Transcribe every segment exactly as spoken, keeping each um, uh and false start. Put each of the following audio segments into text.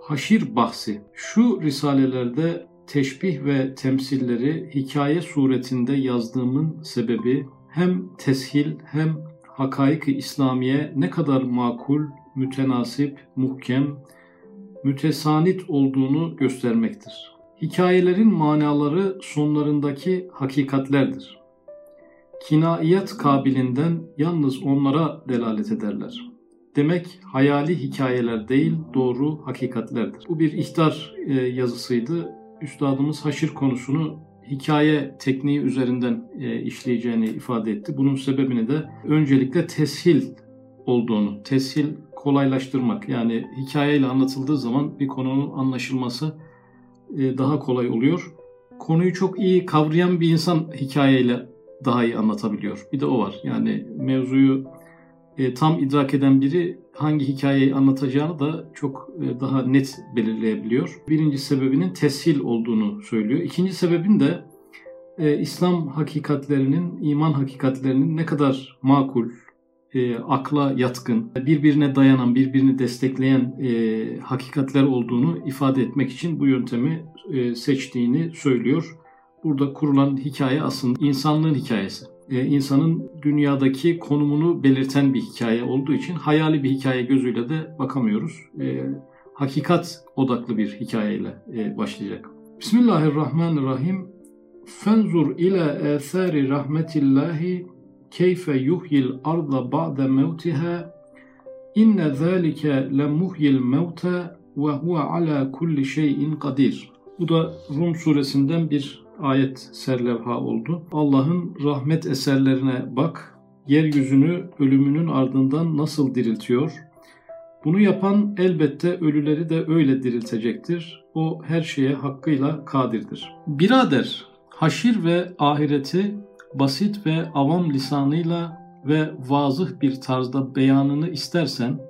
Haşir bahsi. Şu risalelerde teşbih ve temsilleri hikaye suretinde yazdığımın sebebi hem teshil hem hakaik-i İslamiye ne kadar makul, mütenasip, muhkem, mütesanit olduğunu göstermektir. Hikayelerin manaları sonlarındaki hakikatlerdir. Kinaiyat kabilinden yalnız onlara delalet ederler. Demek hayali hikayeler değil, doğru hakikatlerdir. Bu bir ihtar e, yazısıydı. Üstadımız haşir konusunu hikaye tekniği üzerinden e, işleyeceğini ifade etti. Bunun sebebini de öncelikle teshil olduğunu, teshil kolaylaştırmak. Yani hikayeyle anlatıldığı zaman bir konunun anlaşılması e, daha kolay oluyor. Konuyu çok iyi kavrayan bir insan hikayeyle daha iyi anlatabiliyor. Bir de o var. Yani mevzuyu e, tam idrak eden biri hangi hikayeyi anlatacağını da çok e, daha net belirleyebiliyor. Birinci sebebinin teshil olduğunu söylüyor. İkinci sebebin de e, İslam hakikatlerinin, iman hakikatlerinin ne kadar makul, e, akla yatkın, birbirine dayanan, birbirini destekleyen e, hakikatler olduğunu ifade etmek için bu yöntemi e, seçtiğini söylüyor. Burada kurulan hikaye aslında insanlığın hikayesi. Ee, insanın dünyadaki konumunu belirten bir hikaye olduğu için hayali bir hikaye gözüyle de bakamıyoruz. Ee, hakikat odaklı bir hikayeyle e, başlayacak. Bismillahirrahmanirrahim. Fenzur ila athari rahmetillahi keyfe yuhyil arda ba'de mevtiha inne zâlike lemuhyil mevte ve huve ala kulli şeyin kadir. Bu da Rum suresinden bir ayet serlevha oldu. Allah'ın rahmet eserlerine bak, yeryüzünü ölümünün ardından nasıl diriltiyor? Bunu yapan elbette ölüleri de öyle diriltecektir. O her şeye hakkıyla kadirdir. Birader, haşir ve ahireti basit ve avam lisanıyla ve vazıh bir tarzda beyanını istersen,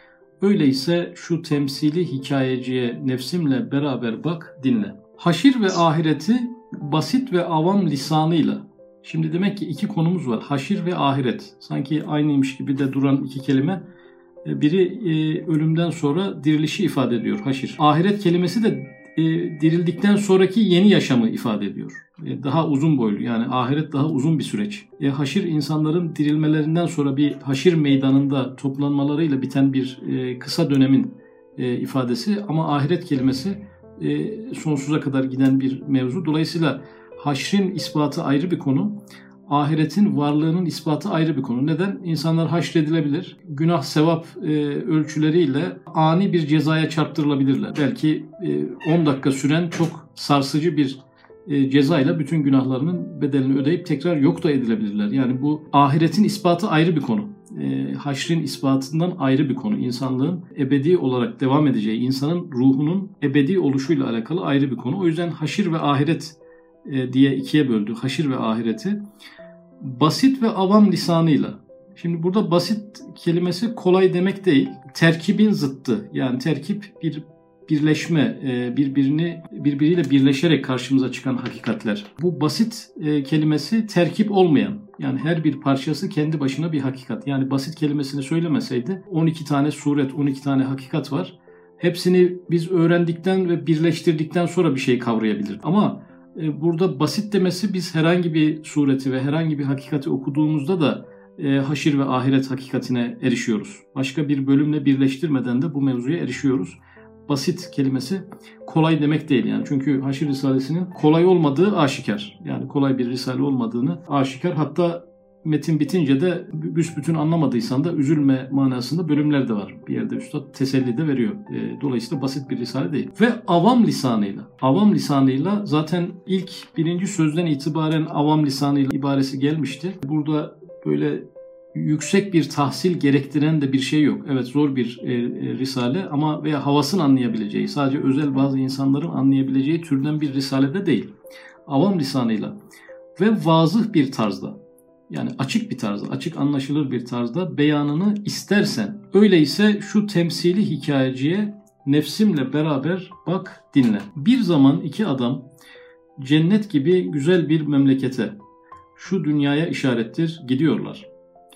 öyleyse şu temsili hikayeciye nefsimle beraber bak, dinle. Haşir ve ahireti basit ve avam lisanıyla. Şimdi demek ki iki konumuz var. Haşir ve ahiret. Sanki aynıymış gibi de duran iki kelime. Biri e, ölümden sonra dirilişi ifade ediyor. Haşir. Ahiret kelimesi de e, dirildikten sonraki yeni yaşamı ifade ediyor. E, daha uzun boylu. Yani ahiret daha uzun bir süreç. E, haşir insanların dirilmelerinden sonra bir haşir meydanında toplanmalarıyla biten bir e, kısa dönemin e, ifadesi. Ama ahiret kelimesi E, sonsuza kadar giden bir mevzu. Dolayısıyla haşrin ispatı ayrı bir konu. Ahiretin varlığının ispatı ayrı bir konu. Neden? İnsanlar haşredilebilir. Günah sevap e, ölçüleriyle ani bir cezaya çarptırılabilirler. Belki e, on dakika süren çok sarsıcı bir e, cezayla bütün günahlarının bedelini ödeyip tekrar yok da edilebilirler. Yani bu ahiretin ispatı ayrı bir konu. E, haşrin ispatından ayrı bir konu. İnsanlığın ebedi olarak devam edeceği, insanın ruhunun ebedi oluşuyla alakalı ayrı bir konu. O yüzden haşir ve ahiret e, diye ikiye böldü. Haşir ve ahireti. Basit ve avam lisanıyla. Şimdi burada basit kelimesi kolay demek değil. Terkibin zıttı. Yani terkip bir birleşme, birbirini birbiriyle birleşerek karşımıza çıkan hakikatler. Bu basit kelimesi terkip olmayan, yani her bir parçası kendi başına bir hakikat. Yani basit kelimesini söylemeseydi on iki tane suret, on iki tane hakikat var. Hepsini biz öğrendikten ve birleştirdikten sonra bir şey kavrayabilirdik. Ama burada basit demesi biz herhangi bir sureti ve herhangi bir hakikati okuduğumuzda da haşir ve ahiret hakikatine erişiyoruz. Başka bir bölümle birleştirmeden de bu mevzuya erişiyoruz. Basit kelimesi kolay demek değil yani. Çünkü Haşir Risalesi'nin kolay olmadığı aşikar. Yani kolay bir risale olmadığını aşikar. Hatta metin bitince de büsbütün anlamadıysan da üzülme manasında bölümler de var. Bir yerde üstad teselli de veriyor. Dolayısıyla basit bir risale değil. Ve avam lisanıyla. Avam lisanıyla zaten ilk birinci sözden itibaren avam lisanıyla ibaresi gelmişti. Burada böyle yüksek bir tahsil gerektiren de bir şey yok. Evet, zor bir e, e, risale ama veya havasını anlayabileceği, sadece özel bazı insanların anlayabileceği türden bir risalede değil. Avam lisanıyla ve vazıh bir tarzda, yani açık bir tarzda, açık anlaşılır bir tarzda beyanını istersen, öyleyse şu temsili hikayeciye nefsimle beraber bak, dinle. Bir zaman iki adam cennet gibi güzel bir memlekete, şu dünyaya işarettir, gidiyorlar.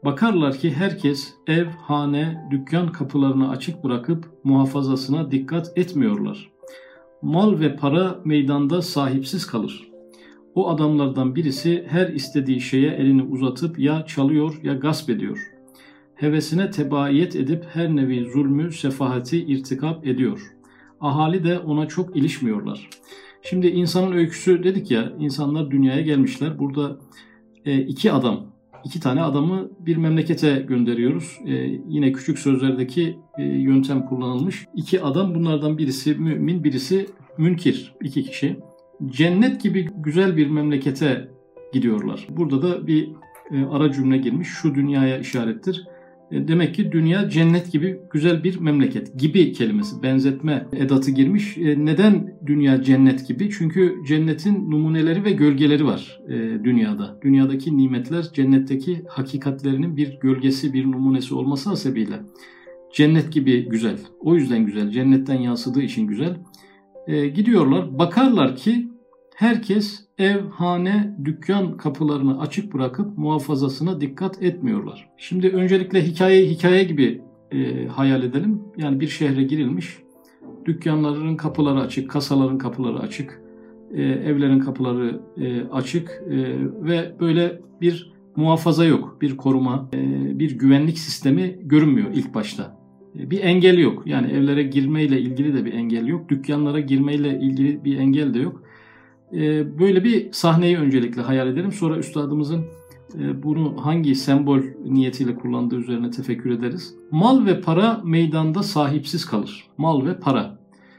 Bakarlar ki herkes ev, hane, dükkan kapılarını açık bırakıp muhafazasına dikkat etmiyorlar. Mal ve para meydanda sahipsiz kalır. O adamlardan birisi her istediği şeye elini uzatıp ya çalıyor ya gasp ediyor. Hevesine tebaiyet edip her nevi zulmü, sefahati irtikap ediyor. Ahali de ona çok ilişmiyorlar. Şimdi insanın öyküsü dedik ya, insanlar dünyaya gelmişler. Burada e, iki adam, iki tane adamı bir memlekete gönderiyoruz. E, yine küçük sözlerdeki e, yöntem kullanılmış. İki adam, bunlardan birisi mümin, birisi münkir. İki kişi. Cennet gibi güzel bir memlekete gidiyorlar. Burada da bir e, ara cümle girmiş. Şu dünyaya işarettir. E, demek ki dünya cennet gibi güzel bir memleket. Gibi kelimesi, benzetme edatı girmiş. E, neden dünya cennet gibi? Çünkü cennetin numuneleri ve gölgeleri var e, dünyada. Dünyadaki nimetler cennetteki hakikatlerinin bir gölgesi, bir numunesi olması hasebiyle cennet gibi güzel. O yüzden güzel. Cennetten yansıdığı için güzel. E, gidiyorlar, bakarlar ki herkes ev, hane, dükkan kapılarını açık bırakıp muhafazasına dikkat etmiyorlar. Şimdi öncelikle hikayeyi hikaye gibi e, hayal edelim. Yani bir şehre girilmiş, dükkanların kapıları açık, kasaların kapıları açık, e, evlerin kapıları e, açık e, ve böyle bir muhafaza yok, bir koruma, e, bir güvenlik sistemi görünmüyor ilk başta. Bir engel yok. Yani evlere girmeyle ilgili de bir engel yok. Dükkanlara girmeyle ilgili bir engel de yok. Böyle bir sahneyi öncelikle hayal edelim. Sonra üstadımızın bunu hangi sembol niyetiyle kullandığı üzerine tefekkür ederiz. Mal ve para meydanda sahipsiz kalır. Mal ve para.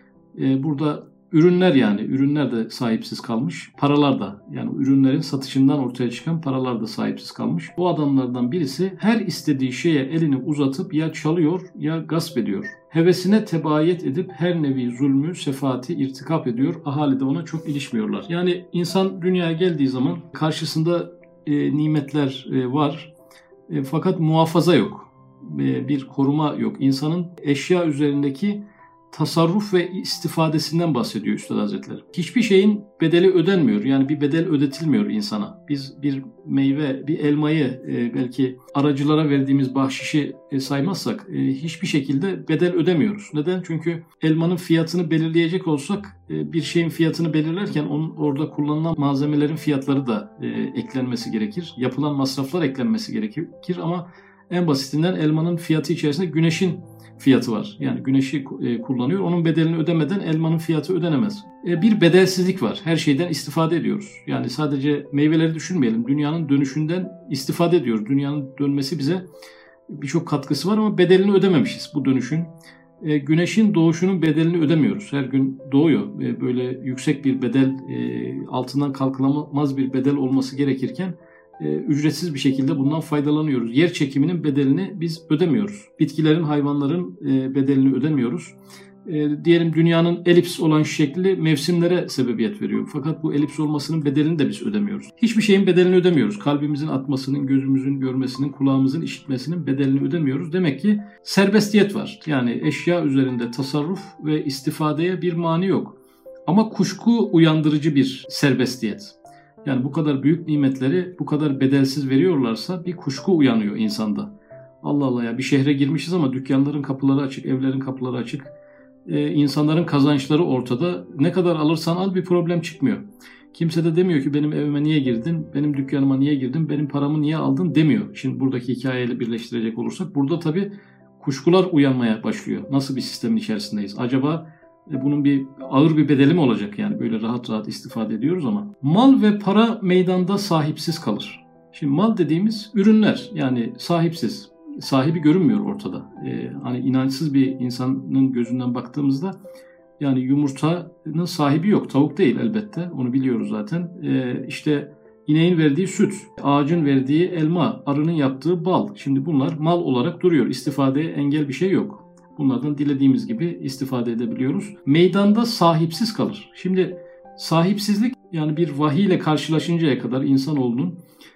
Burada ürünler, yani ürünler de sahipsiz kalmış. Paralar da, yani ürünlerin satışından ortaya çıkan paralar da sahipsiz kalmış. Bu adamlardan birisi her istediği şeye elini uzatıp ya çalıyor ya gasp ediyor. Hevesine tebaiyet edip her nevi zulmü, sefahati irtikap ediyor. Ahali de ona çok ilişmiyorlar. Yani insan dünyaya geldiği zaman karşısında e, nimetler e, var. E, fakat muhafaza yok. E, bir koruma yok. İnsanın eşya üzerindeki tasarruf ve istifadesinden bahsediyor Üstad Hazretleri. Hiçbir şeyin bedeli ödenmiyor. Yani bir bedel ödetilmiyor insana. Biz bir meyve, bir elmayı e, belki aracılara verdiğimiz bahşişi e, saymazsak e, hiçbir şekilde bedel ödemiyoruz. Neden? Çünkü elmanın fiyatını belirleyecek olsak e, bir şeyin fiyatını belirlerken onun orada kullanılan malzemelerin fiyatları da e, eklenmesi gerekir. Yapılan masraflar eklenmesi gerekir ama en basitinden elmanın fiyatı içerisinde güneşin fiyatı var. Yani güneşi e, kullanıyor. Onun bedelini ödemeden elmanın fiyatı ödenemez. E, bir bedelsizlik var. Her şeyden istifade ediyoruz. Yani sadece meyveleri düşünmeyelim. Dünyanın dönüşünden istifade ediyoruz. Dünyanın dönmesi bize birçok katkısı var ama bedelini ödememişiz bu dönüşün. E, güneşin doğuşunun bedelini ödemiyoruz. Her gün doğuyor. E, böyle yüksek bir bedel, e, altından kalkılamaz bir bedel olması gerekirken ücretsiz bir şekilde bundan faydalanıyoruz. Yer çekiminin bedelini biz ödemiyoruz. Bitkilerin, hayvanların bedelini ödemiyoruz. Diyelim dünyanın elips olan şekli mevsimlere sebebiyet veriyor. Fakat bu elips olmasının bedelini de biz ödemiyoruz. Hiçbir şeyin bedelini ödemiyoruz. Kalbimizin atmasının, gözümüzün görmesinin, kulağımızın işitmesinin bedelini ödemiyoruz. Demek ki serbestiyet var. Yani eşya üzerinde tasarruf ve istifadeye bir mani yok. Ama kuşku uyandırıcı bir serbestiyet. Yani bu kadar büyük nimetleri bu kadar bedelsiz veriyorlarsa bir kuşku uyanıyor insanda. Allah Allah ya, bir şehre girmişiz ama dükkanların kapıları açık, evlerin kapıları açık. Ee, insanların kazançları ortada. Ne kadar alırsan al bir problem çıkmıyor. Kimse de demiyor ki benim evime niye girdin, benim dükkanıma niye girdin, benim paramı niye aldın demiyor. Şimdi buradaki hikayeyle birleştirecek olursak burada tabii kuşkular uyanmaya başlıyor. Nasıl bir sistemin içerisindeyiz? Acaba bunun bir ağır bir bedeli mi olacak, yani böyle rahat rahat istifade ediyoruz ama. Mal ve para meydanda sahipsiz kalır. Şimdi mal dediğimiz ürünler, yani sahipsiz. Sahibi görünmüyor ortada. Ee, hani inançsız bir insanın gözünden baktığımızda yani yumurtanın sahibi yok. Tavuk değil elbette. Onu biliyoruz zaten. Ee, işte ineğin verdiği süt, ağacın verdiği elma, arının yaptığı bal. Şimdi bunlar mal olarak duruyor. İstifadeye engel bir şey yok. Bunlardan dilediğimiz gibi istifade edebiliyoruz. Meydanda sahipsiz kalır. Şimdi sahipsizlik, yani bir vahiy ile karşılaşıncaya kadar insanoğlunun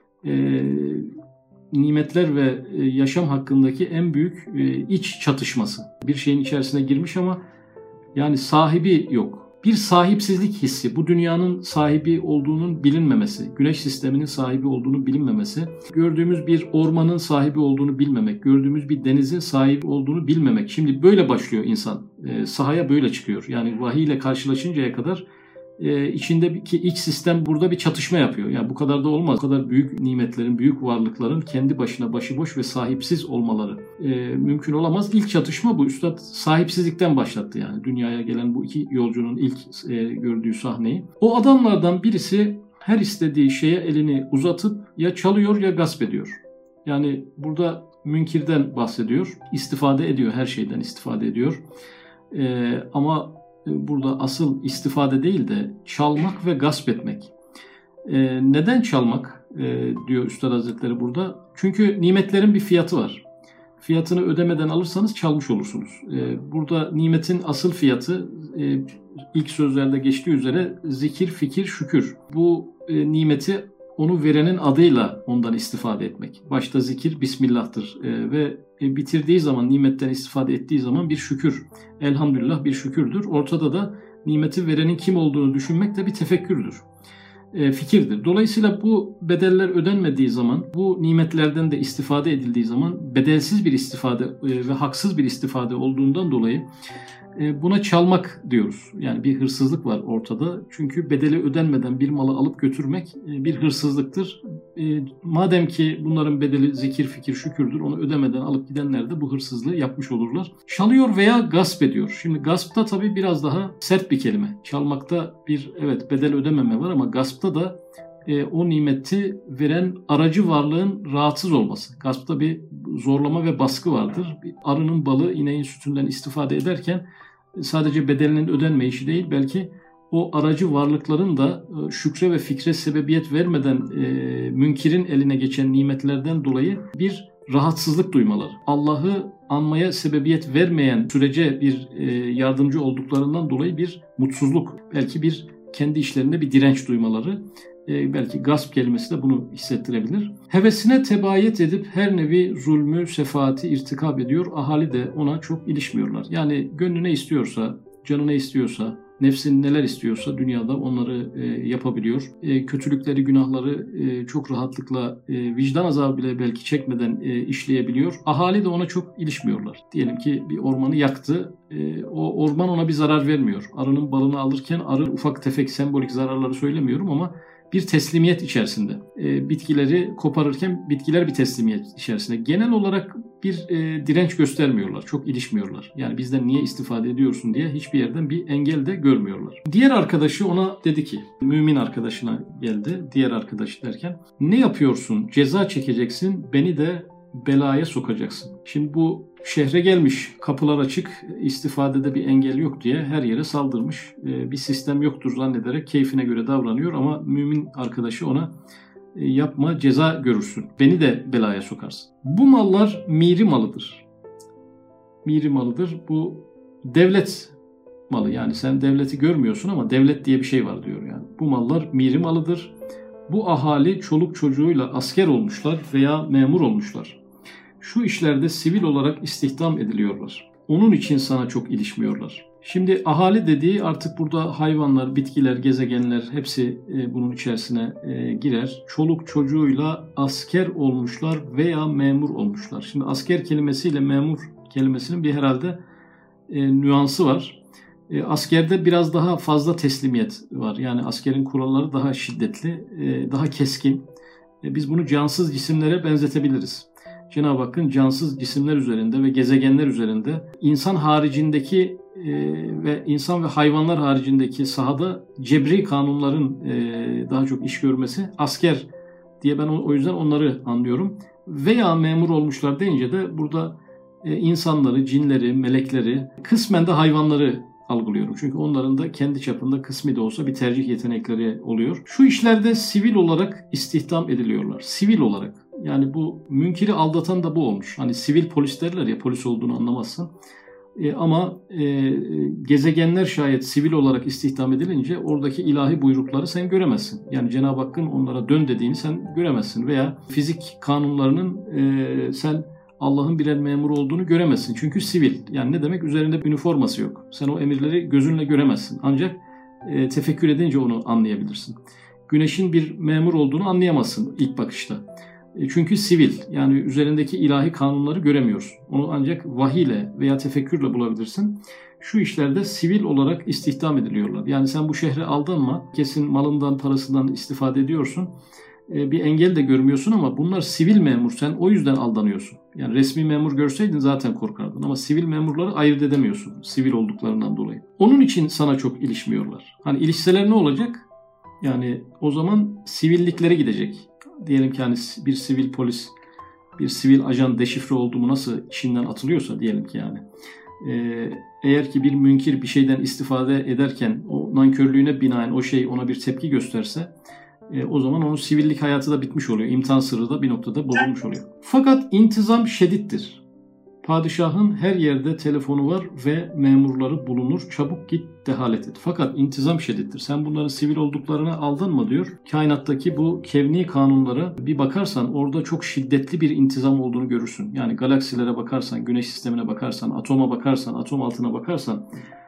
e, nimetler ve e, yaşam hakkındaki en büyük e, iç çatışması. Bir şeyin içerisine girmiş ama yani sahibi yok. bir sahipsizlik hissi, bu dünyanın sahibi olduğunun bilinmemesi, güneş sisteminin sahibi olduğunu bilinmemesi, gördüğümüz bir ormanın sahibi olduğunu bilmemek, gördüğümüz bir denizin sahibi olduğunu bilmemek. Şimdi böyle başlıyor insan, e, sahaya böyle çıkıyor. Yani vahiy ile karşılaşıncaya kadar e, içindeki iç sistem burada bir çatışma yapıyor. Yani bu kadar da olmaz. Bu kadar büyük nimetlerin, büyük varlıkların kendi başına başıboş ve sahipsiz olmaları e, mümkün olamaz. İlk çatışma bu. Üstad sahipsizlikten başlattı yani. Dünyaya gelen bu iki yolcunun ilk e, gördüğü sahneyi. O adamlardan birisi her istediği şeye elini uzatıp ya çalıyor ya gasp ediyor. Yani burada münkirden bahsediyor. İstifade ediyor, her şeyden istifade ediyor. E, ama burada asıl istifade değil de çalmak ve gasp etmek. Ee, neden çalmak ee, diyor Üstad Hazretleri burada? Çünkü nimetlerin bir fiyatı var. Fiyatını ödemeden alırsanız çalmış olursunuz. Ee, burada nimetin asıl fiyatı e, ilk sözlerde geçtiği üzere zikir, fikir, şükür. Bu e, nimeti onu verenin adıyla ondan istifade etmek. Başta zikir Bismillah'tır e, ve e, bitirdiği zaman, nimetten istifade ettiği zaman bir şükür. Elhamdülillah bir şükürdür. Ortada da nimeti verenin kim olduğunu düşünmek de bir tefekkürdür. E, fikirdir. Dolayısıyla bu bedeller ödenmediği zaman, bu nimetlerden de istifade edildiği zaman bedelsiz bir istifade e, ve haksız bir istifade olduğundan dolayı buna çalmak diyoruz. Yani bir hırsızlık var ortada. Çünkü bedeli ödenmeden bir malı alıp götürmek bir hırsızlıktır. Madem ki bunların bedeli zikir, fikir, şükürdür, onu ödemeden alıp gidenler de bu hırsızlığı yapmış olurlar. Çalıyor veya gasp ediyor. Şimdi gaspta tabii biraz daha sert bir kelime. Çalmakta bir evet bedel ödememe var ama gaspta da E, o nimeti veren aracı varlığın rahatsız olması. Gaspta bir zorlama ve baskı vardır. Bir arının balı ineğin sütünden istifade ederken sadece bedelinin ödenmeyişi değil, belki o aracı varlıkların da şükre ve fikre sebebiyet vermeden e, münkirin eline geçen nimetlerden dolayı bir rahatsızlık duymaları. Allah'ı anmaya sebebiyet vermeyen sürece bir e, yardımcı olduklarından dolayı bir mutsuzluk, belki bir kendi işlerinde bir direnç duymaları. Belki gasp kelimesi de bunu hissettirebilir. Hevesine tebayet edip her nevi zulmü, sefaati irtikab ediyor. Ahali de ona çok ilişmiyorlar. Yani gönlü ne istiyorsa, canı ne istiyorsa, nefsin neler istiyorsa dünyada onları e, yapabiliyor. E, kötülükleri, günahları e, çok rahatlıkla e, vicdan azabı bile belki çekmeden e, işleyebiliyor. Ahali de ona çok ilişmiyorlar. Diyelim ki bir ormanı yaktı. E, o orman ona bir zarar vermiyor. Arının balını alırken arı ufak tefek sembolik zararları söylemiyorum ama bir teslimiyet içerisinde. E, bitkileri koparırken bitkiler bir teslimiyet içerisinde. Genel olarak bir e, direnç göstermiyorlar. Çok ilişmiyorlar. Yani bizden niye istifade ediyorsun diye hiçbir yerden bir engel de görmüyorlar. Diğer arkadaşı ona dedi ki, mümin arkadaşına geldi. Diğer arkadaşı derken, ne yapıyorsun? Ceza çekeceksin. Beni de belaya sokacaksın. Şimdi bu şehre gelmiş, kapılar açık, istifadede bir engel yok diye her yere saldırmış. Bir sistem yoktur zannederek keyfine göre davranıyor ama mümin arkadaşı ona yapma, ceza görürsün. Beni de belaya sokarsın. Bu mallar miri malıdır. Miri malıdır. Bu devlet malı. Yani sen devleti görmüyorsun ama devlet diye bir şey var diyor yani. Bu mallar miri malıdır. Bu ahali çoluk çocuğuyla asker olmuşlar veya memur olmuşlar. Şu işlerde sivil olarak istihdam ediliyorlar. Onun için sana çok ilişmiyorlar. Şimdi ahali dediği artık burada hayvanlar, bitkiler, gezegenler hepsi e, bunun içerisine e, girer. Çoluk çocuğuyla asker olmuşlar veya memur olmuşlar. Şimdi asker kelimesiyle memur kelimesinin bir herhalde e, nüansı var. E, askerde biraz daha fazla teslimiyet var. Yani askerin kuralları daha şiddetli, e, daha keskin. E, biz bunu cansız cisimlere benzetebiliriz. Cenab-ı Hakk'ın cansız cisimler üzerinde ve gezegenler üzerinde insan haricindeki e, ve insan ve hayvanlar haricindeki sahada cebri kanunların e, daha çok iş görmesi asker diye ben o, o yüzden onları anlıyorum. Veya memur olmuşlar deyince de burada e, insanları, cinleri, melekleri, kısmen de hayvanları algılıyorum. Çünkü onların da kendi çapında kısmi de olsa bir tercih yetenekleri oluyor. Şu işlerde sivil olarak istihdam ediliyorlar. Sivil olarak. Yani bu münkiri aldatan da bu olmuş. Hani sivil polis derler ya, polis olduğunu anlamazsın. E, ama e, gezegenler şayet sivil olarak istihdam edilince oradaki ilahi buyrukları sen göremezsin. Yani Cenab-ı Hakk'ın onlara dön dediğini sen göremezsin. Veya fizik kanunlarının e, sen Allah'ın birer memuru olduğunu göremezsin. Çünkü sivil. Yani ne demek? Üzerinde bir üniforması yok. Sen o emirleri gözünle göremezsin. Ancak e, tefekkür edince onu anlayabilirsin. Güneşin bir memur olduğunu anlayamazsın ilk bakışta. E, çünkü sivil, yani üzerindeki ilahi kanunları göremiyorsun. Onu ancak vahiy ile veya tefekkürle bulabilirsin. Şu işlerde sivil olarak istihdam ediliyorlar. Yani sen bu şehre aldanma, kesin malından, parasından istifade ediyorsun. Bir engel de görmüyorsun ama bunlar sivil memur, sen o yüzden aldanıyorsun. Yani resmi memur görseydin zaten korkardın ama sivil memurları ayırt edemiyorsun sivil olduklarından dolayı. Onun için sana çok ilişmiyorlar. Hani ilişseler ne olacak? Yani o zaman sivilliklere gidecek. Diyelim ki hani bir sivil polis, bir sivil ajan deşifre oldu mu nasıl işinden atılıyorsa diyelim ki yani. Ee, eğer ki bir münkir bir şeyden istifade ederken o nankörlüğüne binaen o şey ona bir tepki gösterse E, o zaman onun sivillik hayatı da bitmiş oluyor. İmtihan sırrı da bir noktada bozulmuş oluyor. Fakat intizam şedittir. Padişahın her yerde telefonu var ve memurları bulunur. Çabuk git dehalet et. Fakat intizam şedittir. Sen bunların sivil olduklarına aldanma diyor. Kainattaki bu kevni kanunlara bir bakarsan orada çok şiddetli bir intizam olduğunu görürsün. Yani galaksilere bakarsan, güneş sistemine bakarsan, atoma bakarsan, atom altına bakarsan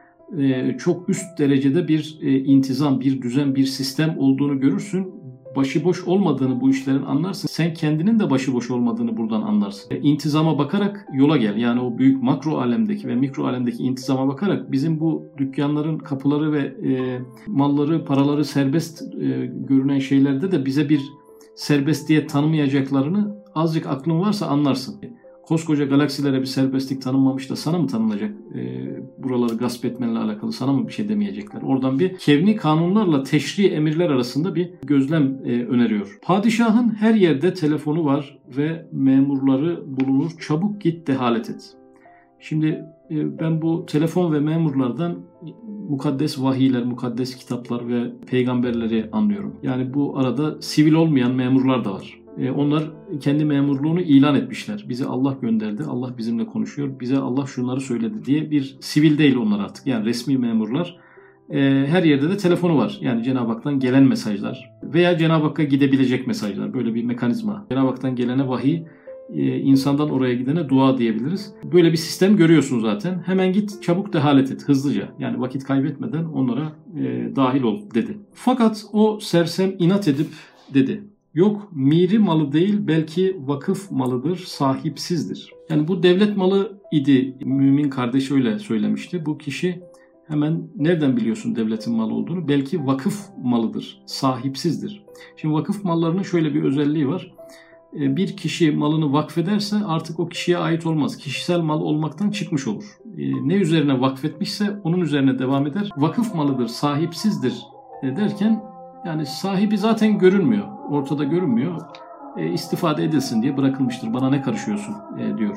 çok üst derecede bir intizam, bir düzen, bir sistem olduğunu görürsün. Başıboş olmadığını bu işlerin anlarsın. Sen kendinin de başıboş olmadığını buradan anlarsın. İntizama bakarak yola gel. Yani o büyük makro alemdeki ve mikro alemdeki intizama bakarak bizim bu dükkanların kapıları ve e, malları, paraları serbest e, görünen şeylerde de bize bir serbestliğe tanımayacaklarını azıcık aklın varsa anlarsın. Koskoca galaksilere bir serbestlik tanınmamış da sana mı tanınacak? E, buraları gasp etmenle alakalı sana mı bir şey demeyecekler? Oradan bir kevni kanunlarla teşri emirler arasında bir gözlem e, öneriyor. Padişahın her yerde telefonu var ve memurları bulunur. Çabuk git dehalet et. Şimdi e, ben bu telefon ve memurlardan mukaddes vahiyler, mukaddes kitaplar ve peygamberleri anlıyorum. Yani bu arada sivil olmayan memurlar da var. Onlar kendi memurluğunu ilan etmişler. Bizi Allah gönderdi, Allah bizimle konuşuyor, bize Allah şunları söyledi diye bir sivil değil onlar artık. Yani resmi memurlar. Her yerde de telefonu var. Yani Cenab-ı Hak'tan gelen mesajlar veya Cenab-ı Hakk'a gidebilecek mesajlar. Böyle bir mekanizma. Cenab-ı Hak'tan gelene vahiy, insandan oraya gidene dua diyebiliriz. Böyle bir sistem görüyorsun zaten. Hemen git çabuk dehalet et hızlıca. Yani vakit kaybetmeden onlara dahil ol dedi. Fakat o sersem inat edip dedi. Yok, miri malı değil belki vakıf malıdır, sahipsizdir. Yani bu devlet malı idi. Mümin kardeş öyle söylemişti. Bu kişi hemen nereden biliyorsun devletin malı olduğunu? Belki vakıf malıdır, sahipsizdir. Şimdi vakıf mallarının şöyle bir özelliği var. Bir kişi malını vakfederse artık o kişiye ait olmaz. Kişisel mal olmaktan çıkmış olur. Ne üzerine vakfetmişse onun üzerine devam eder. Vakıf malıdır, sahipsizdir derken yani sahibi zaten görünmüyor, ortada görünmüyor. E, istifade edilsin diye bırakılmıştır. Bana ne karışıyorsun e, diyor.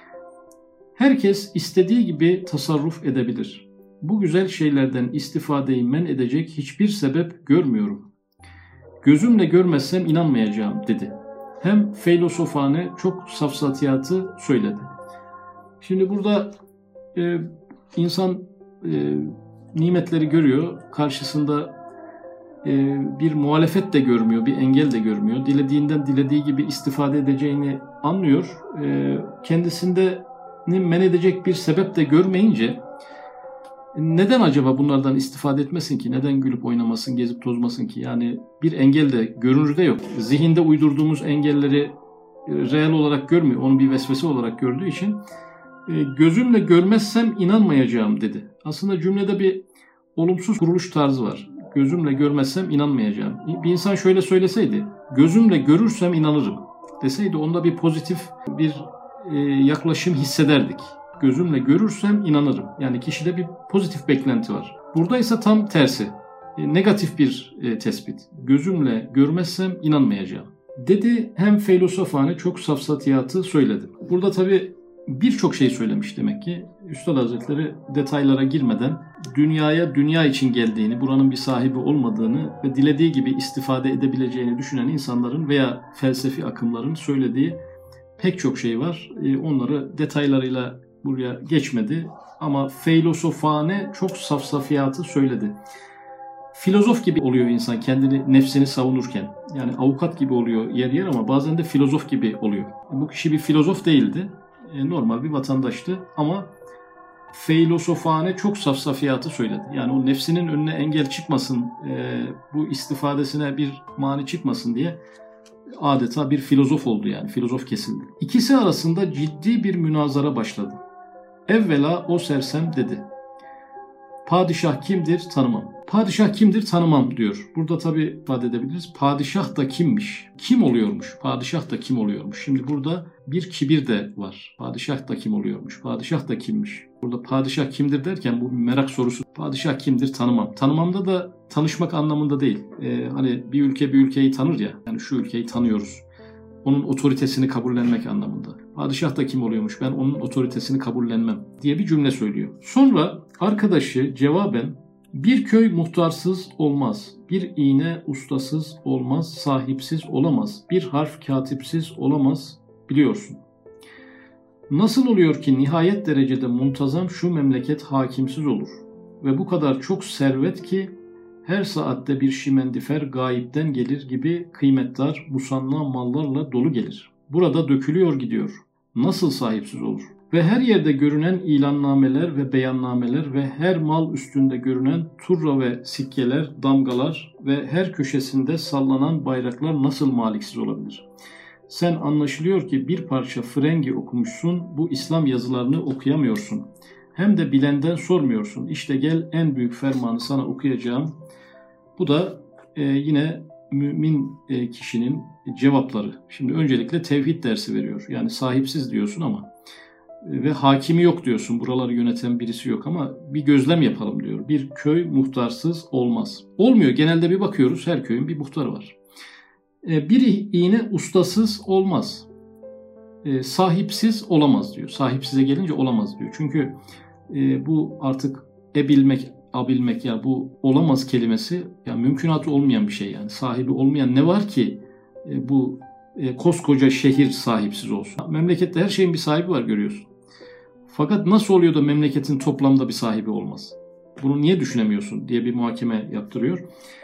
Herkes istediği gibi tasarruf edebilir. Bu güzel şeylerden istifadeyi men edecek hiçbir sebep görmüyorum. Gözümle görmezsem inanmayacağım dedi. Hem filozofane çok safsatiyatı söyledi. Şimdi burada e, insan e, nimetleri görüyor, karşısında bir muhalefet de görmüyor, bir engel de görmüyor. Dilediğinden dilediği gibi istifade edeceğini anlıyor. Kendisinde men edecek bir sebep de görmeyince neden acaba bunlardan istifade etmesin ki? Neden gülüp oynamasın, gezip tozmasın ki? Yani bir engel de görünürde yok. Zihinde uydurduğumuz engelleri reel olarak görmüyor. Onu bir vesvese olarak gördüğü için gözümle görmezsem inanmayacağım dedi. Aslında cümlede bir olumsuz kuruluş tarzı var. Gözümle görmezsem inanmayacağım. Bir insan şöyle söyleseydi, gözümle görürsem inanırım deseydi onda bir pozitif bir e, yaklaşım hissederdik. Gözümle görürsem inanırım. Yani kişide bir pozitif beklenti var. Burada ise tam tersi. E, negatif bir e, tespit. Gözümle görmezsem inanmayacağım dedi. Hem filozofane çok safsatiyatı söyledi. Burada tabii birçok şey söylemiş demek ki. Üstad Hazretleri detaylara girmeden dünyaya dünya için geldiğini, buranın bir sahibi olmadığını ve dilediği gibi istifade edebileceğini düşünen insanların veya felsefi akımların söylediği pek çok şey var. Onları detaylarıyla buraya geçmedi ama filozofane çok safsafiyatı söyledi. Filozof gibi oluyor insan kendini, nefsini savunurken. Yani avukat gibi oluyor yer yer ama bazen de filozof gibi oluyor. Bu kişi bir filozof değildi. Normal bir vatandaştı ama feylosofane çok safsafiyatı söyledi. Yani o nefsinin önüne engel çıkmasın, e, bu istifadesine bir mani çıkmasın diye adeta bir filozof oldu yani. Filozof kesildi. İkisi arasında ciddi bir münazara başladı. Evvela o sersem dedi: "Padişah kimdir tanımam." Padişah kimdir tanımam diyor. Burada tabii ifade edebiliriz. Padişah da kimmiş? Kim oluyormuş? Padişah da kim oluyormuş? Şimdi burada bir kibir de var. Padişah da kim oluyormuş? Padişah da kimmiş? Burada padişah kimdir derken bu bir merak sorusu. Padişah kimdir tanımam. Tanımamda da tanışmak anlamında değil. Ee, hani bir ülke bir ülkeyi tanır ya. Yani şu ülkeyi tanıyoruz. Onun otoritesini kabullenmek anlamında. Padişah da kim oluyormuş? Ben onun otoritesini kabullenmem diye bir cümle söylüyor. Sonra arkadaşı cevaben: "Bir köy muhtarsız olmaz, bir iğne ustasız olmaz, sahipsiz olamaz, bir harf katipsiz olamaz, biliyorsun. Nasıl oluyor ki nihayet derecede muntazam şu memleket hakimsiz olur ve bu kadar çok servet ki her saatte bir şimendifer gayipten gelir gibi kıymetdar musanna mallarla dolu gelir. Burada dökülüyor gidiyor. Nasıl sahipsiz olur? Ve her yerde görünen ilannameler ve beyannameler ve her mal üstünde görünen turra ve sikkeler, damgalar ve her köşesinde sallanan bayraklar nasıl maliksiz olabilir? Sen anlaşılıyor ki bir parça Frengi okumuşsun, bu İslam yazılarını okuyamıyorsun. Hem de bilenden sormuyorsun. İşte gel en büyük fermanı sana okuyacağım." Bu da e, yine mümin e, kişinin cevapları. Şimdi öncelikle tevhid dersi veriyor. Yani sahipsiz diyorsun ama e, ve hakimi yok diyorsun. Buraları yöneten birisi yok ama bir gözlem yapalım diyor. Bir köy muhtarsız olmaz. Olmuyor. Genelde bir bakıyoruz, her köyün bir muhtarı var. E, bir iğne ustasız olmaz. E, sahipsiz olamaz diyor. Sahipsize gelince olamaz diyor. Çünkü e, bu artık ebilmek, abilmek, ya bu olamaz kelimesi ya mümkünatı olmayan bir şey yani. Sahibi olmayan ne var ki e, bu e, koskoca şehir sahipsiz olsun. Memlekette her şeyin bir sahibi var, görüyorsun. Fakat nasıl oluyor da memleketin toplamda bir sahibi olmaz? Bunu niye düşünemiyorsun diye bir muhakeme yaptırıyor.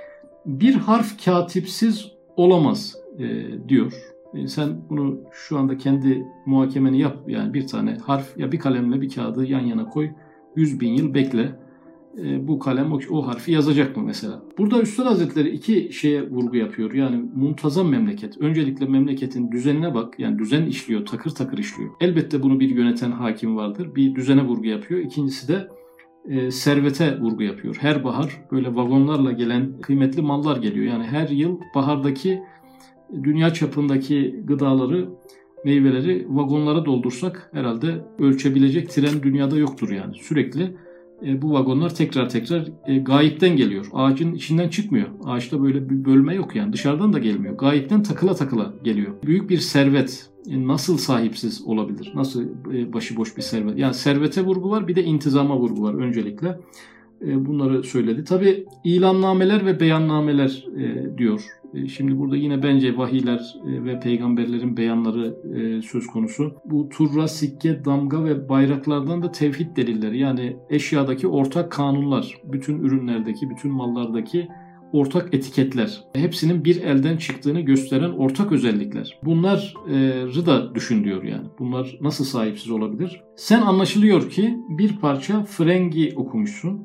Bir harf katipsiz olamaz e, diyor. E, sen bunu şu anda kendi muhakemeni yap. Yani bir tane harf ya bir kalemle bir kağıdı yan yana koy. Yüz bin yıl bekle. E, bu kalem o, o harfi yazacak mı mesela? Burada Üstad Hazretleri iki şeye vurgu yapıyor. Yani muntazam memleket. Öncelikle memleketin düzenine bak. Yani düzen işliyor, takır takır işliyor. Elbette bunu bir yöneten hakim vardır. Bir düzene vurgu yapıyor. İkincisi de e, servete vurgu yapıyor. Her bahar böyle vagonlarla gelen kıymetli mallar geliyor. Yani her yıl bahardaki dünya çapındaki gıdaları, meyveleri vagonlara doldursak herhalde ölçebilecek tren dünyada yoktur yani. Sürekli e, bu vagonlar tekrar tekrar e, gayipten geliyor. Ağacın içinden çıkmıyor. Ağaçta böyle bir bölme yok yani. Dışarıdan da gelmiyor. Gayipten takıla takıla geliyor. Büyük bir servet e, nasıl sahipsiz olabilir? Nasıl e, başıboş bir servet? Yani servete vurgu var, bir de intizama vurgu var öncelikle. E, bunları söyledi. Tabii ilannameler ve beyannameler e, diyor. Şimdi burada yine bence vahiyler ve peygamberlerin beyanları söz konusu. Bu turra, sikke, damga ve bayraklardan da tevhid delilleri. Yani eşyadaki ortak kanunlar, bütün ürünlerdeki, bütün mallardaki ortak etiketler. Hepsinin bir elden çıktığını gösteren ortak özellikler. Bunları da düşün diyor yani. Bunlar nasıl sahipsiz olabilir? Sen anlaşılıyor ki bir parça Frengi okumuşsun.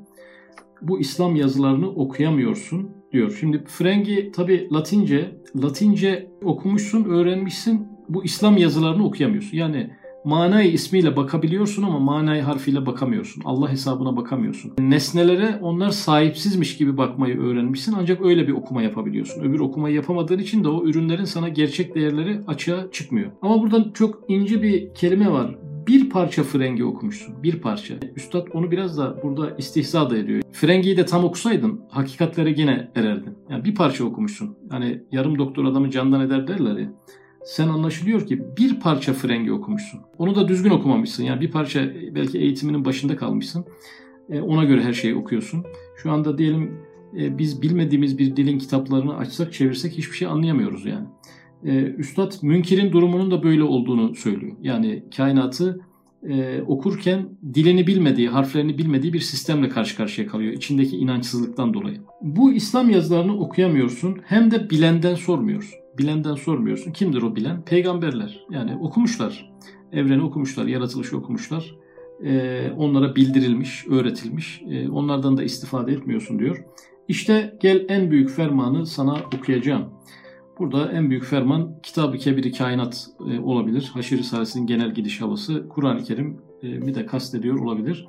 Bu İslam yazılarını okuyamıyorsun diyor. Şimdi Frengi tabi Latince, Latince okumuşsun, öğrenmişsin. Bu İslam yazılarını okuyamıyorsun. Yani manayı ismiyle bakabiliyorsun ama manayı harfiyle bakamıyorsun. Allah hesabına bakamıyorsun. Nesnelere onlar sahipsizmiş gibi bakmayı öğrenmişsin ancak öyle bir okuma yapabiliyorsun. Öbür okumayı yapamadığın için de o ürünlerin sana gerçek değerleri açığa çıkmıyor. Ama burada çok ince bir kelime var. Bir parça Frengi okumuşsun. Bir parça. Üstad onu biraz da burada istihza da ediyor. Frengi'yi de tam okusaydın hakikatlere yine ererdin. Yani bir parça okumuşsun. Yani yarım doktor adamı candan eder derler ya. Sen anlaşılıyor ki bir parça Frengi okumuşsun. Onu da düzgün okumamışsın. Yani bir parça belki eğitiminin başında kalmışsın. Ona göre her şeyi okuyorsun. Şu anda diyelim biz bilmediğimiz bir dilin kitaplarını açsak çevirsek hiçbir şey anlayamıyoruz yani. Ee, Üstad münkirin durumunun da böyle olduğunu söylüyor. Yani kainatı e, okurken dilini bilmediği, harflerini bilmediği bir sistemle karşı karşıya kalıyor. İçindeki inançsızlıktan dolayı. Bu İslam yazılarını okuyamıyorsun hem de bilenden sormuyorsun. Bilenden sormuyorsun. Kimdir o bilen? Peygamberler. Yani okumuşlar. Evreni okumuşlar, yaratılışı okumuşlar. e, onlara bildirilmiş, öğretilmiş. E, onlardan da istifade etmiyorsun diyor. İşte gel en büyük fermanı sana okuyacağım. Burada en büyük ferman Kitab-ı Kebir-i Kainat e, olabilir. Haşr Risalesi'nin genel gidiş havası Kur'an-ı Kerim'i de kastediyor olabilir.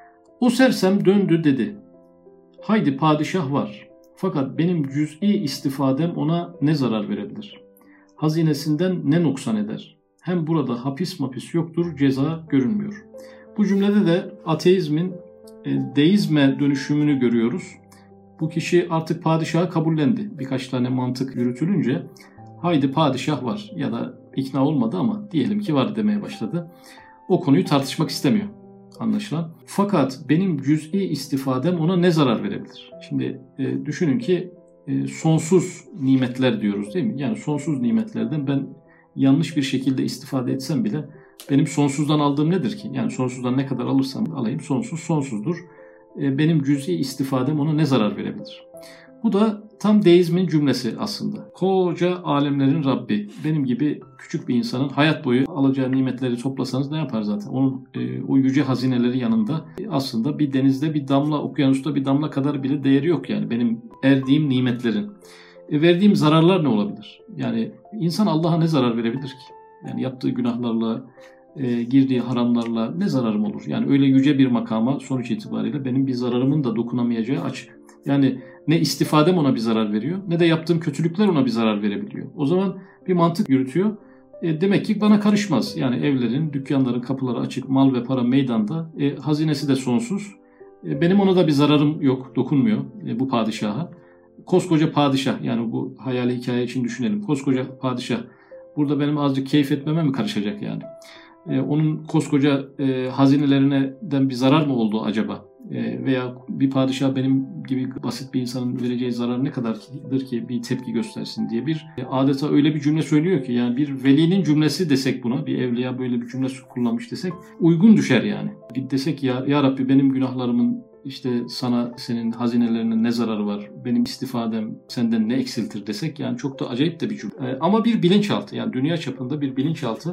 O sersem döndü dedi. Haydi padişah var. Fakat benim cüz'i istifadem ona ne zarar verebilir? Hazinesinden ne noksan eder? Hem burada hapis mapis yoktur, ceza görünmüyor. Bu cümlede de ateizmin e, deizme dönüşümünü görüyoruz. Bu kişi artık padişahı kabullendi. Birkaç tane mantık yürütülünce haydi padişah var ya da ikna olmadı ama diyelim ki var demeye başladı. O konuyu tartışmak istemiyor anlaşılan. Fakat benim cüz'i istifadem ona ne zarar verebilir? Şimdi e, düşünün ki e, sonsuz nimetler diyoruz değil mi? Yani sonsuz nimetlerden ben yanlış bir şekilde istifade etsem bile benim sonsuzdan aldığım nedir ki? Yani sonsuzdan ne kadar alırsam alayım sonsuz sonsuzdur. Benim cüz'i istifadem ona ne zarar verebilir? Bu da tam deizmin cümlesi aslında. Koca alemlerin Rabbi, benim gibi küçük bir insanın hayat boyu alacağı nimetleri toplasanız ne yapar zaten? Onun e, o yüce hazineleri yanında e, aslında bir denizde bir damla, okyanusta bir damla kadar bile değeri yok yani benim erdiğim nimetlerin. E, verdiğim zararlar ne olabilir? Yani insan Allah'a ne zarar verebilir ki? Yani yaptığı günahlarla, E, girdiği haramlarla ne zararım olur? Yani öyle yüce bir makama sonuç itibariyle benim bir zararımın da dokunamayacağı açık. Yani ne istifadem ona bir zarar veriyor ne de yaptığım kötülükler ona bir zarar verebiliyor. O zaman bir mantık yürütüyor. E, demek ki bana karışmaz. Yani evlerin, dükkanların kapıları açık, mal ve para meydanda, e, hazinesi de sonsuz. E, benim ona da bir zararım yok, dokunmuyor e, bu padişaha. Koskoca padişah, yani bu hayali hikaye için düşünelim. Koskoca padişah burada benim azıcık keyif etmeme mi karışacak yani? Ee, onun koskoca e, hazinelerinden bir zarar mı oldu acaba? E, veya bir padişah benim gibi basit bir insanın vereceği zarar ne kadardır ki bir tepki göstersin diye bir e, adeta öyle bir cümle söylüyor ki yani bir velinin cümlesi desek buna, bir evliya böyle bir cümle kullanmış desek uygun düşer yani. Bir desek ya, ya Rabbi benim günahlarımın işte sana senin hazinelerinin ne zararı var, benim istifadem senden ne eksiltir desek yani çok da acayip de bir cümle. E, ama bir bilinçaltı, yani dünya çapında bir bilinçaltı.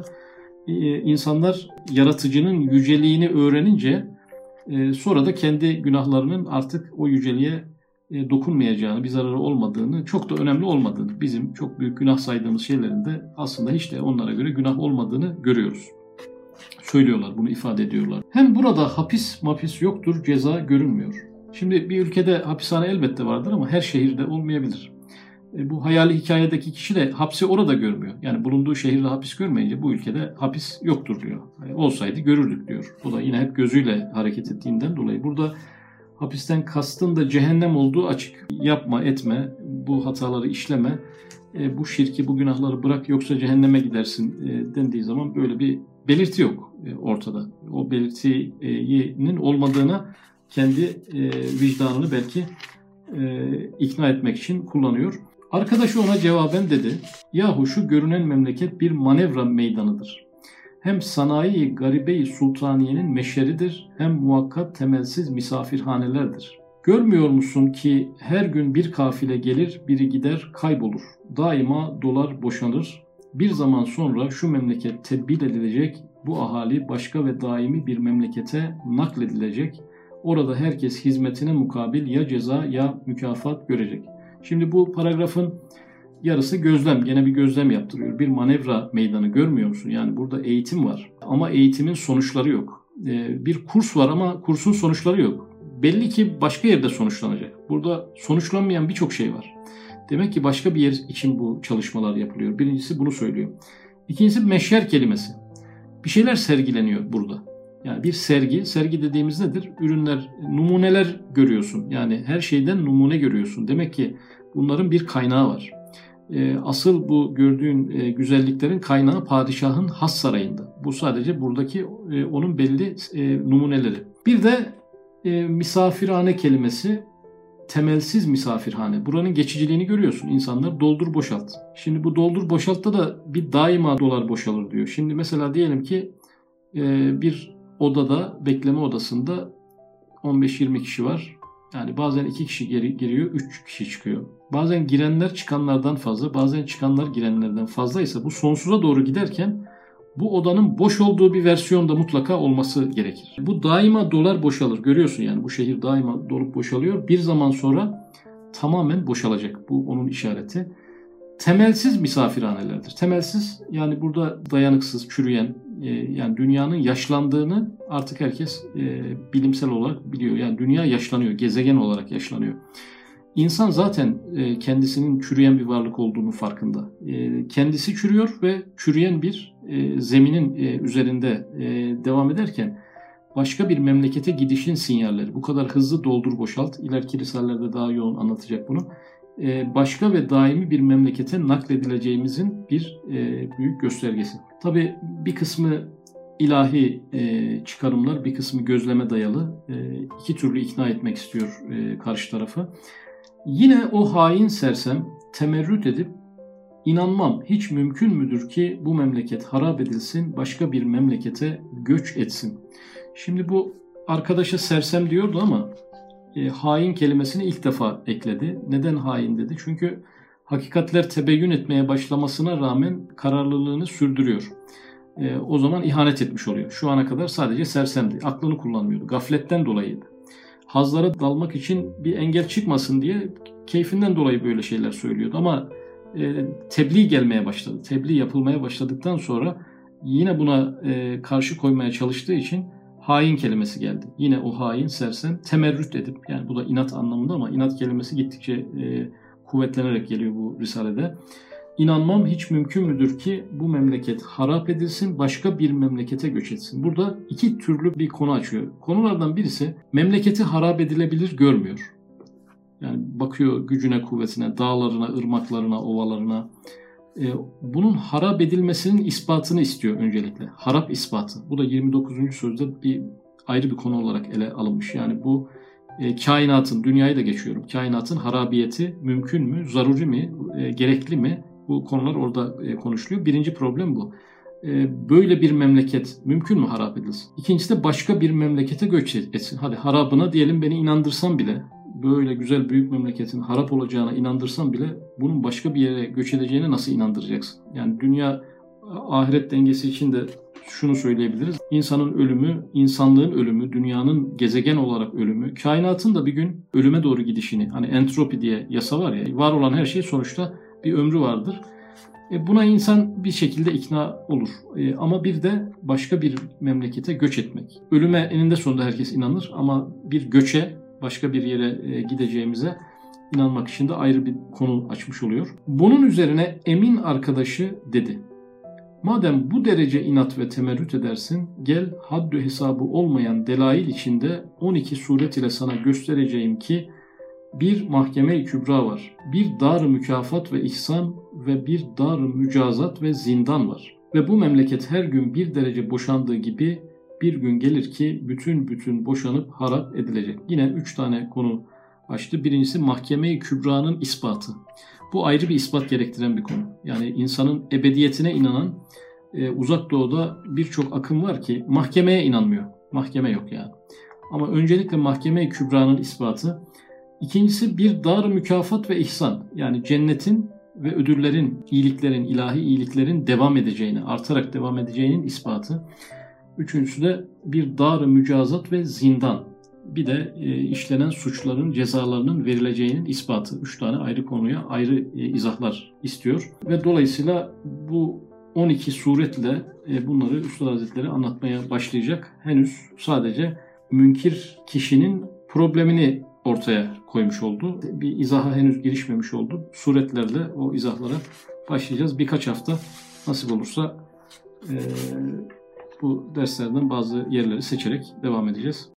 İnsanlar yaratıcının yüceliğini öğrenince sonra da kendi günahlarının artık o yüceliğe dokunmayacağını, bir zararı olmadığını, çok da önemli olmadığını, bizim çok büyük günah saydığımız şeylerin de aslında hiç de onlara göre günah olmadığını görüyoruz. Söylüyorlar, bunu ifade ediyorlar. Hem burada hapis mapis yoktur, ceza görünmüyor. Şimdi bir ülkede hapishane elbette vardır ama her şehirde olmayabilir. Bu hayali hikayedeki kişi de hapsi orada görmüyor. Yani bulunduğu şehirde hapis görmeyince bu ülkede hapis yoktur diyor. Yani olsaydı görürdük diyor. O da yine hep gözüyle hareket ettiğinden dolayı. Burada hapisten kastın da cehennem olduğu açık. Yapma, etme, bu hataları işleme, e, bu şirki, bu günahları bırak yoksa cehenneme gidersin e, dendiği zaman böyle bir belirti yok e, ortada. O belirtinin olmadığına kendi e, vicdanını belki e, ikna etmek için kullanıyor. Arkadaşı ona cevaben dedi, yahu şu görünen memleket bir manevra meydanıdır. Hem sanayi garibe-i sultaniyenin meşeridir, hem muhakkat temelsiz misafirhanelerdir. Görmüyor musun ki her gün bir kafile gelir, biri gider kaybolur. Daima dolar boşanır. Bir zaman sonra şu memleket tedbir edilecek, bu ahali başka ve daimi bir memlekete nakledilecek. Orada herkes hizmetine mukabil ya ceza ya mükafat görecek. Şimdi bu paragrafın yarısı gözlem. Gene bir gözlem yaptırıyor. Bir manevra meydanı görmüyor musun? Yani burada eğitim var. Ama eğitimin sonuçları yok. Ee, bir kurs var ama kursun sonuçları yok. Belli ki başka yerde sonuçlanacak. Burada sonuçlanmayan birçok şey var. Demek ki başka bir yer için bu çalışmalar yapılıyor. Birincisi bunu söylüyor. İkincisi meşher kelimesi. Bir şeyler sergileniyor burada. Yani bir sergi, sergi dediğimiz nedir? Ürünler, numuneler görüyorsun. Yani her şeyden numune görüyorsun. Demek ki bunların bir kaynağı var. Asıl bu gördüğün güzelliklerin kaynağı padişahın has sarayında. Bu sadece buradaki onun belli numuneleri. Bir de misafirhane kelimesi, temelsiz misafirhane. Buranın geçiciliğini görüyorsun. İnsanlar doldur boşalt. Şimdi bu doldur boşaltta da bir daima dolar boşalır diyor. Şimdi mesela diyelim ki bir odada, bekleme odasında on beş yirmi kişi var. Yani bazen iki kişi geri giriyor, üç kişi çıkıyor. Bazen girenler çıkanlardan fazla, bazen çıkanlar girenlerden fazlaysa bu sonsuza doğru giderken bu odanın boş olduğu bir versiyonda mutlaka olması gerekir. Bu daima dolar boşalır. Görüyorsun yani bu şehir daima dolup boşalıyor. Bir zaman sonra tamamen boşalacak. Bu onun işareti. Temelsiz misafirhanelerdir. Temelsiz yani burada dayanıksız, çürüyen, e, yani dünyanın yaşlandığını artık herkes e, bilimsel olarak biliyor. Yani dünya yaşlanıyor, gezegen olarak yaşlanıyor. İnsan zaten e, kendisinin çürüyen bir varlık olduğunu farkında. E, kendisi çürüyor ve çürüyen bir e, zeminin e, üzerinde e, devam ederken başka bir memlekete gidişin sinyalleri. Bu kadar hızlı doldur boşalt. İleriki risalelerde daha yoğun anlatacak bunu. E, başka ve daimi bir memlekete nakledileceğimizin bir e, büyük göstergesi. Tabii bir kısmı ilahi e, çıkarımlar, bir kısmı gözleme dayalı. E, iki türlü ikna etmek istiyor e, karşı tarafı. Yine o hain sersem temerrüt edip inanmam hiç mümkün müdür ki bu memleket harap edilsin, başka bir memlekete göç etsin. Şimdi bu arkadaşa sersem diyordu ama e, hain kelimesini ilk defa ekledi. Neden hain dedi? Çünkü hakikatler tebeyyün etmeye başlamasına rağmen kararlılığını sürdürüyor. E, o zaman ihanet etmiş oluyor. Şu ana kadar sadece sersemdi. Aklını kullanmıyordu. Gafletten dolayıydı. Hazlara dalmak için bir engel çıkmasın diye keyfinden dolayı böyle şeyler söylüyordu. Ama e, tebliğ gelmeye başladı. Tebliğ yapılmaya başladıktan sonra yine buna e, karşı koymaya çalıştığı için hain kelimesi geldi. Yine o hain sersem temerrüt edip, yani bu da inat anlamında ama inat kelimesi gittikçe e, kuvvetlenerek geliyor bu risalede. İnanmam hiç mümkün müdür ki bu memleket harap edilsin, başka bir memlekete göç etsin. Burada iki türlü bir konu açıyor. Konulardan birisi memleketi harap edilebilir görmüyor. Yani bakıyor gücüne, kuvvetine, dağlarına, ırmaklarına, ovalarına. Ee, bunun harap edilmesinin ispatını istiyor öncelikle. Harap ispatı. Bu da yirmi dokuzuncu sözde bir ayrı bir konu olarak ele alınmış. Yani bu e, kainatın, dünyayı da geçiyorum. Kainatın harabiyeti mümkün mü, zaruri mi, e, gerekli mi? Bu konular orada e, konuşuluyor. Birinci problem bu. E, böyle bir memleket mümkün mü harap edilsin? İkincisi de başka bir memlekete göç etsin. Hadi harabına diyelim beni inandırsan bile, böyle güzel büyük memleketin harap olacağına inandırsan bile bunun başka bir yere göç edeceğine nasıl inandıracaksın? Yani dünya ahiret dengesi için de şunu söyleyebiliriz. İnsanın ölümü, insanlığın ölümü, dünyanın gezegen olarak ölümü, kainatın da bir gün ölüme doğru gidişini, hani entropi diye yasa var ya, var olan her şey sonuçta bir ömrü vardır. E buna insan bir şekilde ikna olur. E ama bir de başka bir memlekete göç etmek. Ölüme eninde sonunda herkes inanır ama bir göçe, başka bir yere e, gideceğimize inanmak için de ayrı bir konu açmış oluyor. Bunun üzerine Emin arkadaşı dedi: madem bu derece inat ve temerrüt edersin, gel haddü hesabı olmayan delail içinde on iki suret ile sana göstereceğim ki bir mahkeme-i kübra var, bir dar-ı mükafat ve ihsan ve bir dar-ı mücazat ve zindan var. Ve bu memleket her gün bir derece boşandığı gibi bir gün gelir ki bütün bütün boşanıp harap edilecek. Yine üç tane konu açtı. Birincisi mahkeme-i kübranın ispatı. Bu ayrı bir ispat gerektiren bir konu. Yani insanın ebediyetine inanan e, uzak doğuda birçok akım var ki mahkemeye inanmıyor. Mahkeme yok yani. Ama öncelikle mahkeme-i kübranın ispatı. İkincisi bir dar-ı mükafat ve ihsan. Yani cennetin ve ödüllerin, iyiliklerin, ilahi iyiliklerin devam edeceğini, artarak devam edeceğinin ispatı. Üçüncüsü de bir dar-ı mücazat ve zindan. Bir de e, işlenen suçların cezalarının verileceğinin ispatı. Üç tane ayrı konuya ayrı e, izahlar istiyor. Ve dolayısıyla bu on iki suretle e, bunları Üstad Hazretleri anlatmaya başlayacak. Henüz sadece münkir kişinin problemini ortaya koymuş oldu. Bir izaha henüz girişmemiş oldu. Suretlerle o izahlara başlayacağız. Birkaç hafta nasip olursa e, bu derslerden bazı yerleri seçerek devam edeceğiz.